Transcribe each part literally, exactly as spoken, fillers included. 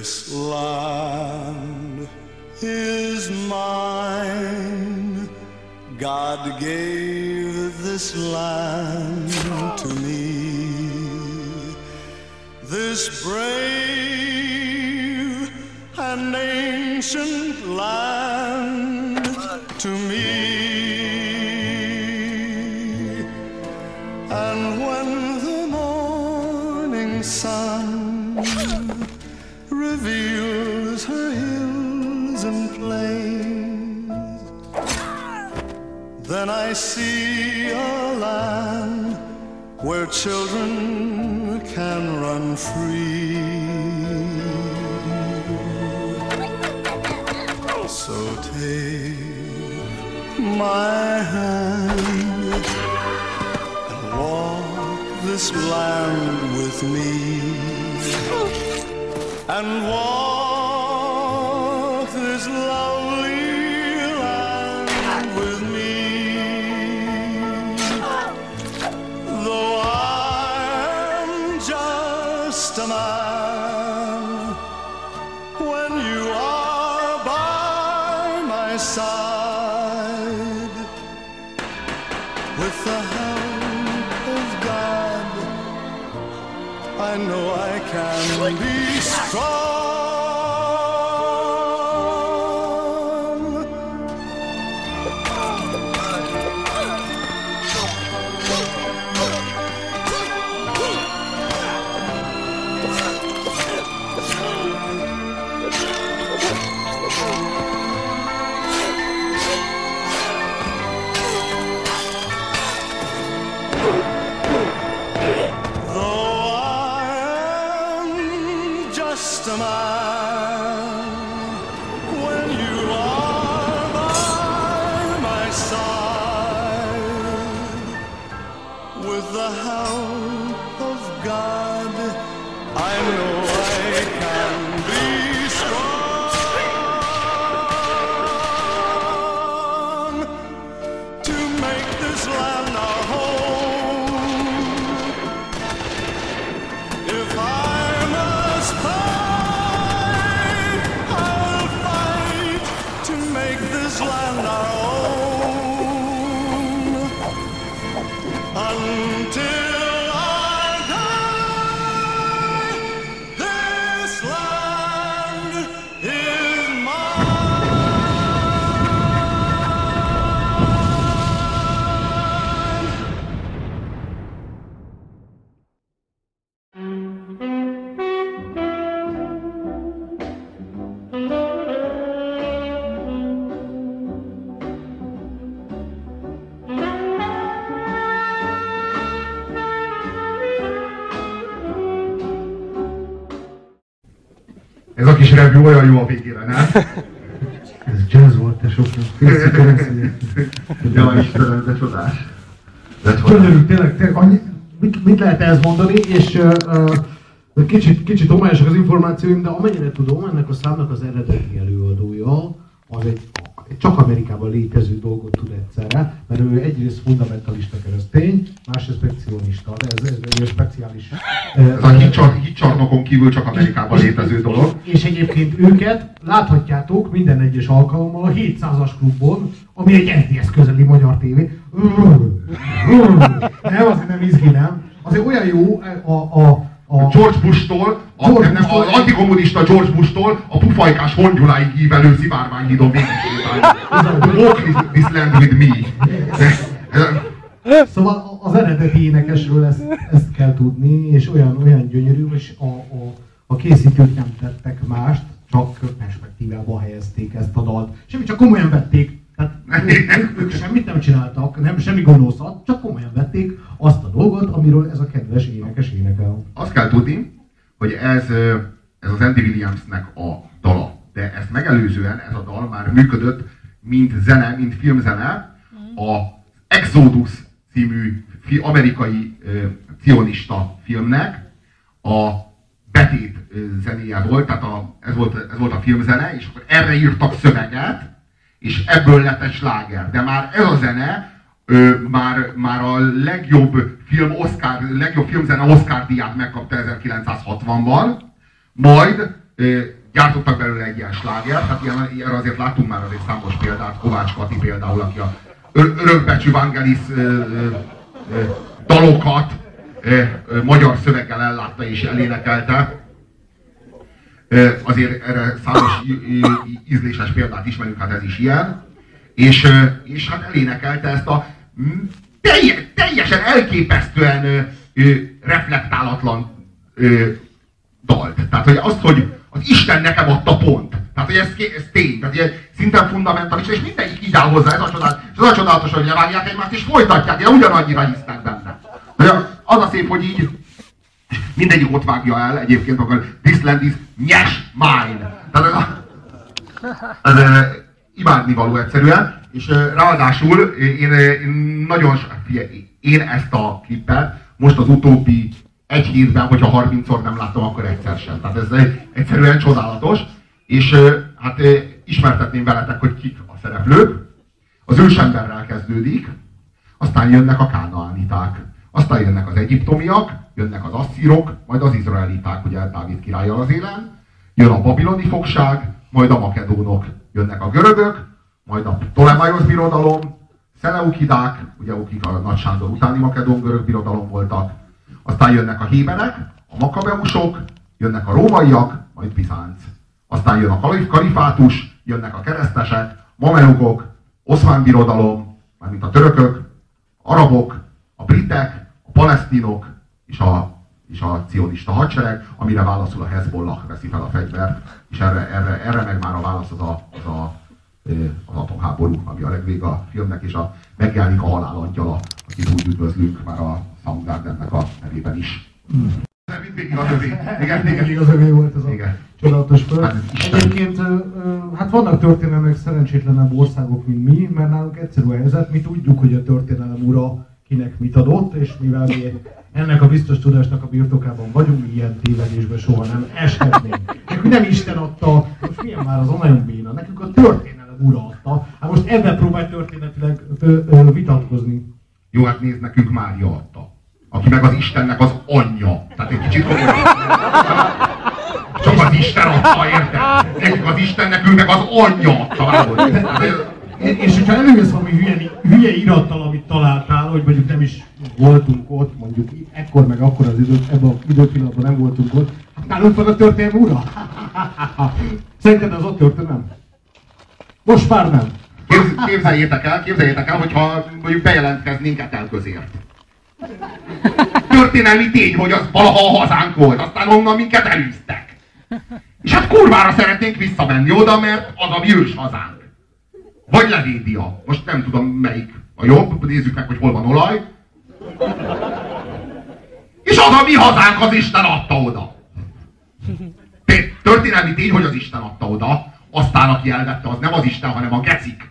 This land is mine. God gave this land to me. This brave and ancient land to me. And when the morning sun reveals her hills and plains, then I see a land where children can run free. So take my hand and walk this land with me, and walk this lovely land with me. Though I'm just a man, when you are by my side, with the help of God, I know I can be strong. Just a man, when you are by my side, with the help of God, I know I can be strong to make this land our home. If I land our own, until I die, this land is Ez a kis review olyan jó a végére, nem? Ez jazz volt, te sokan. Ja, Istenem, de csodás. Gyönyörű, tényleg, tényleg annyi, mit, mit lehet ezt mondani, és uh, uh, kicsit, kicsit homályosak az információim, de amennyire tudom, ennek a számnak az eredeti előadója, az egy, egy csak Amerikában létező dolgot tud egyszerre, mert ő egyrészt fundamentalista keresztény, másrészt spekcionista, de ez, ez egy speciális... Ez uh, a hitcsarnokon kívül csak Amerikában és, létező dolog. És egyébként őket láthatjátok minden egyes alkalommal a hétszázas klubon, ami egy en té es közeli magyar tévé. Nem, azért nem izgi, nem. Azért olyan jó a... a A George Bush-tól, a, George nem, Bush-tól, az antikommunista George Bush-tól a pufajkás Hongyuláig ívelő szivárványhídon végigsétálni. Walk this land with me. Szóval az eredeti énekesről ezt, ezt kell tudni, és olyan, olyan gyönyörű, és a, a, a készítők nem tettek mást, csak perspektívába helyezték ezt a dalt. Semmi, csak komolyan vették. Tehát ők, ők, ők semmit nem csináltak, nem, semmi gonoszat, csak komolyan vették azt a dolgot, amiről ez a kedves énekes énekel. Azt kell tudni, hogy ez, ez az Andy Williamsnek a dala. De ezt megelőzően ez a dal már működött, mint zene, mint filmzene, a Exodus című fi, amerikai uh, cionista filmnek a betét uh, zenéje volt, tehát a, ez, volt, ez volt a filmzene, és akkor erre írtak szöveget, és ebből lett egy sláger. De már ez a zene ö, már, már a legjobb film Oscar, legjobb filmzene Oscar díját megkapta ezerkilencszázhatvanban, majd gyártottak belőle egy ilyen slágert, hát ilyen, ilyenre azért láttunk már azért számos példát, Kovács Kati például, aki a örökbecsű Vangelis dalokat magyar szöveggel ellátta és elénekelte. Azért erre számos ízléses példát ismerünk, hát ez is ilyen. És, és hát elénekelte ezt a teljesen elképesztően reflektálatlan dalt. Tehát, hogy azt, hogy az Isten nekem adta pont. Tehát, hogy ez, ez tény. Tehát, hogy szinten fundamentális, és mindegyik így áll hozzá. Ez a csodálatos, és az a csodálatos, hogy levágják egymást, és folytatják, de ugyanannyira hisznek benne. Az a szép, hogy így mindegyik ott vágja el, egyébként akkor this land is nyes mine. Tehát ez, a, ez e, imádnivaló egyszerűen, és e, ráadásul én, én nagyon, figyelj, én ezt a klippet most az utóbbi egy hétben, hogyha harmincszor nem láttam, akkor egyszer sem. Tehát ez egyszerűen csodálatos, és hát ismertetném veletek, hogy kik a szereplők. Az ősemberrel kezdődik, aztán jönnek a kánaániták, aztán jönnek az egyiptomiak, jönnek az asszírok, majd az izraeliták, ugye Dávid királlyal az élen, jön a babiloni fogság, majd a makedónok, jönnek a görögök, majd a Ptolemaiosz birodalom, szeleukidák, ugye akik a Nagy Sándor utáni makedón-görög birodalom voltak, aztán jönnek a héberek, a makabeusok, jönnek a rómaiak, majd Bizánc. Aztán jön a kalifátus, jönnek a keresztesek, mamelukok, oszmán birodalom, mármint a törökök, arabok, a britek, a palesztinok és a, és a cionista hadsereg, amire válaszul a Hezbollah veszi fel a fegyvert, és erre, erre, erre meg már a válasz az a, az, a, az atomháború, ami a legvége a filmnek, és a, megjelenik a halál angyala, akit úgy üdvözlünk már a Soundgardennek a nevében is. Mm. Mindig az övé. Igen, mindig az övé volt ez a igen. Csodálatos föld. Hát, egyébként hát vannak történelmek szerencsétlenebb országok, mint mi, mert nálunk egyszerű a helyzet, mi tudjuk, hogy a történelem ura kinek mit adott, és mivel mi ennek a biztos tudásnak a birtokában vagyunk, mi ilyen tévedésben soha nem eshetnénk. Nekünk nem Isten adta, most milyen már az a nagyon béna, nekünk a történelem ura adta. Hát most ebben próbálj történetileg vitatkozni. Jó, hát nézd, nekünk Mária adta. Aki meg az Istennek az anyja. Tehát egy kicsit csak az Isten adta, érted? Nekünk az Isten, nekünk meg az anyja adta. És hogyha előjössz valami hülye, hülye irattal, amit találtál, hogy mondjuk nem is voltunk ott, mondjuk ekkor meg akkor az idő, ebben az időpillanatban nem voltunk ott, hát nálunk van a történelmi ura? Szerinted az ott történelem? Most már nem. Képzeljétek el, képzeljétek el, hogyha mondjuk bejelentkeznénk Etelközért. Történelmi tény, hogy az valaha a hazánk volt, aztán onnan minket elűztek. És hát kurvára szeretnénk visszamenni oda, mert az a mi ős hazánk. Vagy Levédia. Most nem tudom melyik a jobb, nézzük meg, hogy hol van olaj. És az a mi hazánk, az Isten adta oda. Történelmi tény, hogy az Isten adta oda, aztán aki elvette, az nem az Isten, hanem a gecik.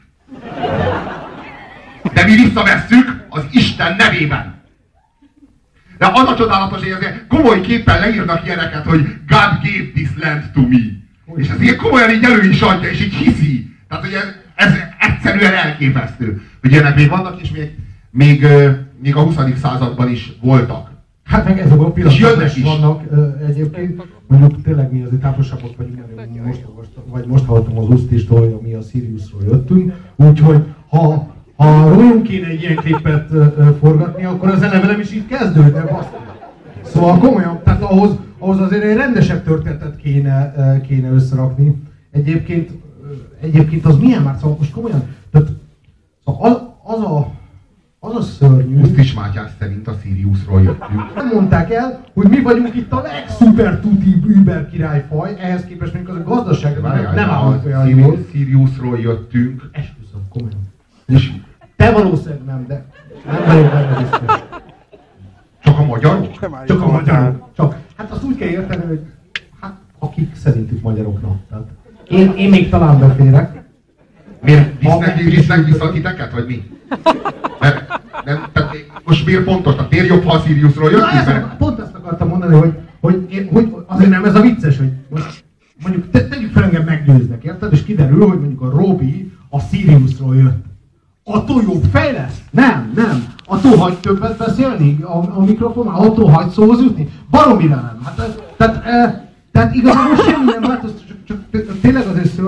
De mi visszavesszük az Isten nevében. De az a csodálatos, hogy azért komoly képpen leírnak ilyeneket, hogy God gave this land to me. És ez ilyen komolyan így elő is adja, és így hiszi. Tehát, hogy ez, ez egyszerűen elképesztő. Hogy ilyenek még vannak, és még, még, még a huszadik században is voltak. Hát meg ezek a pillanatok is vannak uh, egyébként. Mondjuk tényleg mi azért távolságok vagyunk, mert most, most, vagy most hallottam az Usztistól, hogy mi a Siriusról jöttünk. Úgyhogy ha Ha rólunk kéne egy ilyen klippet uh, forgatni, akkor az eleve nem is így kezdődne, baszti. Szóval komolyan, tehát ahhoz, ahhoz azért egy rendesebb történetet kéne, uh, kéne összerakni. Egyébként, uh, egyébként az milyen már, szóval most komolyan, tehát szóval az, az a, az a szörnyű... Usztis Mátyás szerint a Siriusról jöttünk. Nem mondták el, hogy mi vagyunk itt a legszuper tuti über királyfaj, ehhez képest mondjuk az a gazdaságban nem, nem állunk olyan jól. Siriusról jöttünk. Esküszöm, komolyan. És te valószínűleg nem, de nem vagyok benne biztos. Csak a magyarok? Csak a magyarok. Csak. Hát azt úgy kell érteni, hogy hát akik szerintük magyaroknak. Tehát én, én még talán beférek. Miért visznek, visznek vissza titeket, vagy mi? Mert, nem, tehát most miért fontos? Tehát miért jobb, ha a Siriusról jöttünk? Mert... Pont ezt akartam mondani, hogy, hogy, én, hogy azért nem ez a vicces, hogy most mondjuk te, tegyük fel engem meggyőznek, érted? És kiderül, hogy mondjuk a Robi a Siriusról jött. Attól jobb fej lesz? Nem, nem. Attól hagy többet beszélni a, a mikrofonnal, attól hagy szóhoz jutni? Baromira nem. Hát, tehát, e, tehát igazából semmi nem változik.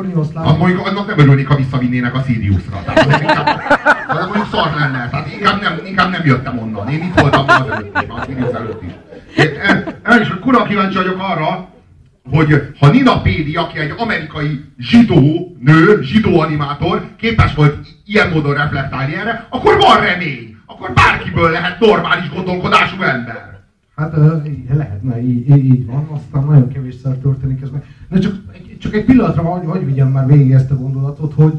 Környoszláv... Hát mondjuk annak nem örülnék, ha visszavinnének a Siriusra. Tehát az inkább, az mondjuk szar lenne. Tehát inkább nem, inkább nem jöttem onnan. Én itt voltam az előtt is, a Sirius előtt is. El is kurva kíváncsi vagyok arra, hogy ha Nina Pédi, aki egy amerikai zsidó nő, zsidó animátor, képes volt ilyen módon reflektálni erre, akkor van remény. Akkor bárkiből lehet normális gondolkodású ember. Hát lehetne, így, így van, aztán nagyon kevésszer történik ez meg. De csak, csak egy pillanatra, hogy, hogy vigyem már végig ezt a gondolatot, hogy,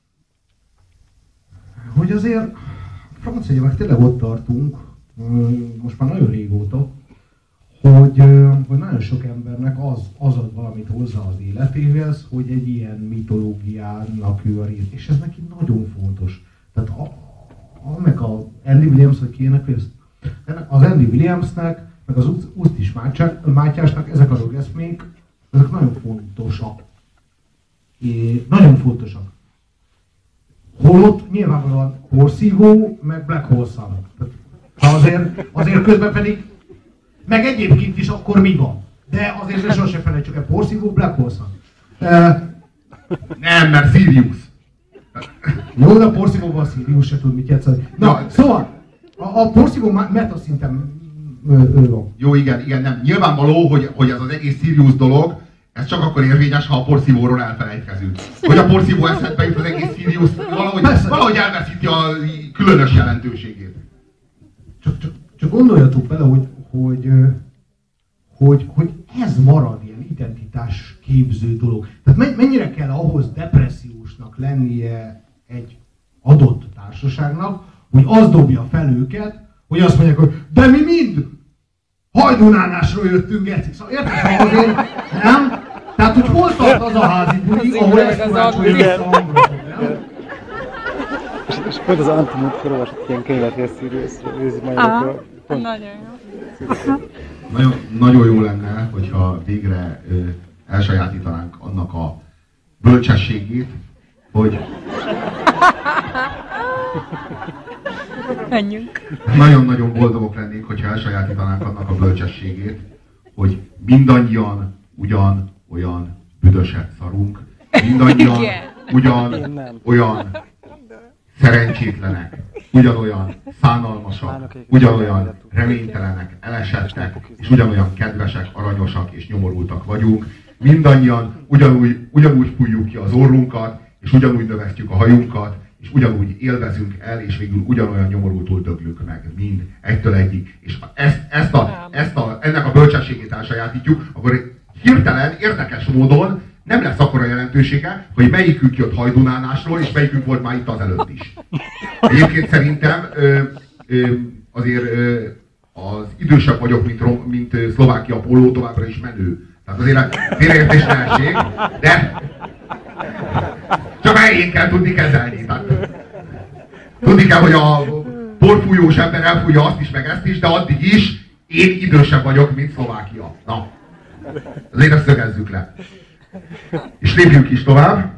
hogy azért francia meg tényleg ott tartunk, most már nagyon régóta, hogy, hogy nagyon sok embernek az, az ad valamit hozzá az életéhez, hogy egy ilyen mitológiának ő a rész. És ez neki nagyon fontos. Tehát a, a, meg a Andy Williams, hogy ki énekli ezt? Az Andy Williamsnek, meg az Usztis Mátyásnak ezek a rögeszmék, ezek nagyon fontosak. É, nagyon fontosak. Holott nyilvánvalóan porszívó, meg Black Hole Sun. Azért, azért közben pedig, meg egyébként is akkor mi van. De azért ne sosem felejtsük el, porszívó, Black Hole Sun. E, Nem, mert Sirius. Jó, de a porszívóban a Sirius se tud mit játszani. Na, Ja. szóval, a, a porszívó meta szinten ő, ő van. Jó, igen, igen, nem. Nyilvánvaló, hogy, hogy ez az egész Sirius dolog, ez csak akkor érvényes, ha a porszívóról elfelejtkezünk. Hogy a porszívó eszedbe jut az egész Sirius, valahogy, valahogy elveszíti a különös jelentőségét. Csak, csak, csak gondoljatok bele, hogy, hogy, hogy, hogy ez marad ilyen identitás képző dolog. Tehát mennyire kell ahhoz depressziósnak lennie egy adott társaságnak, hogy az dobja fel őket, hogy azt mondják, hogy de mi mind hajdunálásról jöttünk, geci. Szóval érted, ha azért, nem? Tehát, hogy hol tart az a házi buli, ahol ezt kovácsolja vissza a hangulatot, nem? És, és pont az Antimont felolvasott ilyen könyvet, hogy a Siriusról, őzi magyarokról. Pont... Nagyon jó. Nagyon, nagyon jó lenne, hogyha végre ö, elsajátítanánk annak a bölcsességét, hogy Menjünk. nagyon-nagyon boldogok lennénk, hogyha elsajátítanánk annak a bölcsességét, hogy mindannyian ugyan olyan büdöset szarunk, mindannyian Igen. ugyan Én nem. olyan szerencsétlenek, ugyanolyan szánalmasak, ugyanolyan reménytelenek, elesettek, és ugyanolyan kedvesek, aranyosak és nyomorultak vagyunk. Mindannyian ugyanúgy, ugyanúgy fújjuk ki az orrunkat, és ugyanúgy növesztjük a hajunkat, és ugyanúgy élvezünk el, és végül ugyanolyan nyomorultul döglünk meg, mind egytől egyig. És ha ezt, ezt a, ezt a, ennek a bölcsességét elsajátítjuk, akkor hirtelen, érdekes módon nem lesz akkora jelentősége, hogy melyikünk jött hajdunálásról, és melyikünk volt már itt az előtt is. Egyébként szerintem ö, ö, azért ö, az idősebb vagyok, mint, Rom, mint Szlovákia póló, továbbra is menő. Tehát azért félreértés ne essék, de csak helyén kell tudni kezelni. Tehát, tudni kell, hogy a porfújós ember elfújja azt is, meg ezt is, de addig is én idősebb vagyok, mint Szlovákia. Na, azért ezt szögezzük le. És lépjünk is tovább.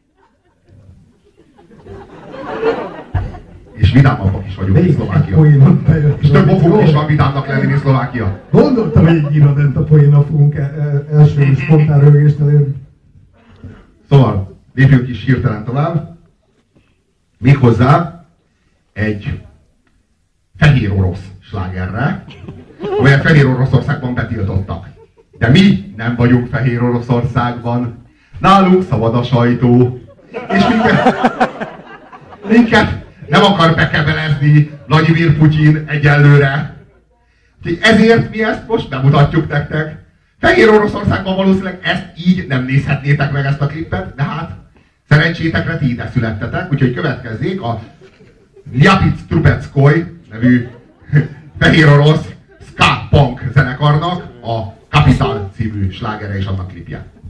És vidámabbak is vagyunk, mint Szlovákia. És több okunk is van vidámnak lenni, mint Szlovákia. Gondoltam, hogy egy iradent a poénnal fogunk el, el, első spontán rögést elérni. Szóval, lépjünk is hirtelen tovább. Méghozzá egy fehér orosz slágerre, amelyet Fehér Oroszországban betiltottak. De mi nem vagyunk Fehér Oroszországban. Nálunk szabad a sajtó. És minket, minket nem akar bekebelezni Vladimir Putyin egyelőre. Úgyhogy ezért mi ezt most bemutatjuk nektek. Fehér Oroszországban valószínűleg ezt így nem nézhetnétek meg, ezt a klippet, de hát szerencsétekre ti ide születtetek, úgyhogy következzék a Ljapic Trubetskoy nevű fehér orosz ska punk zenekarnak a Capital című slágere és annak klipje.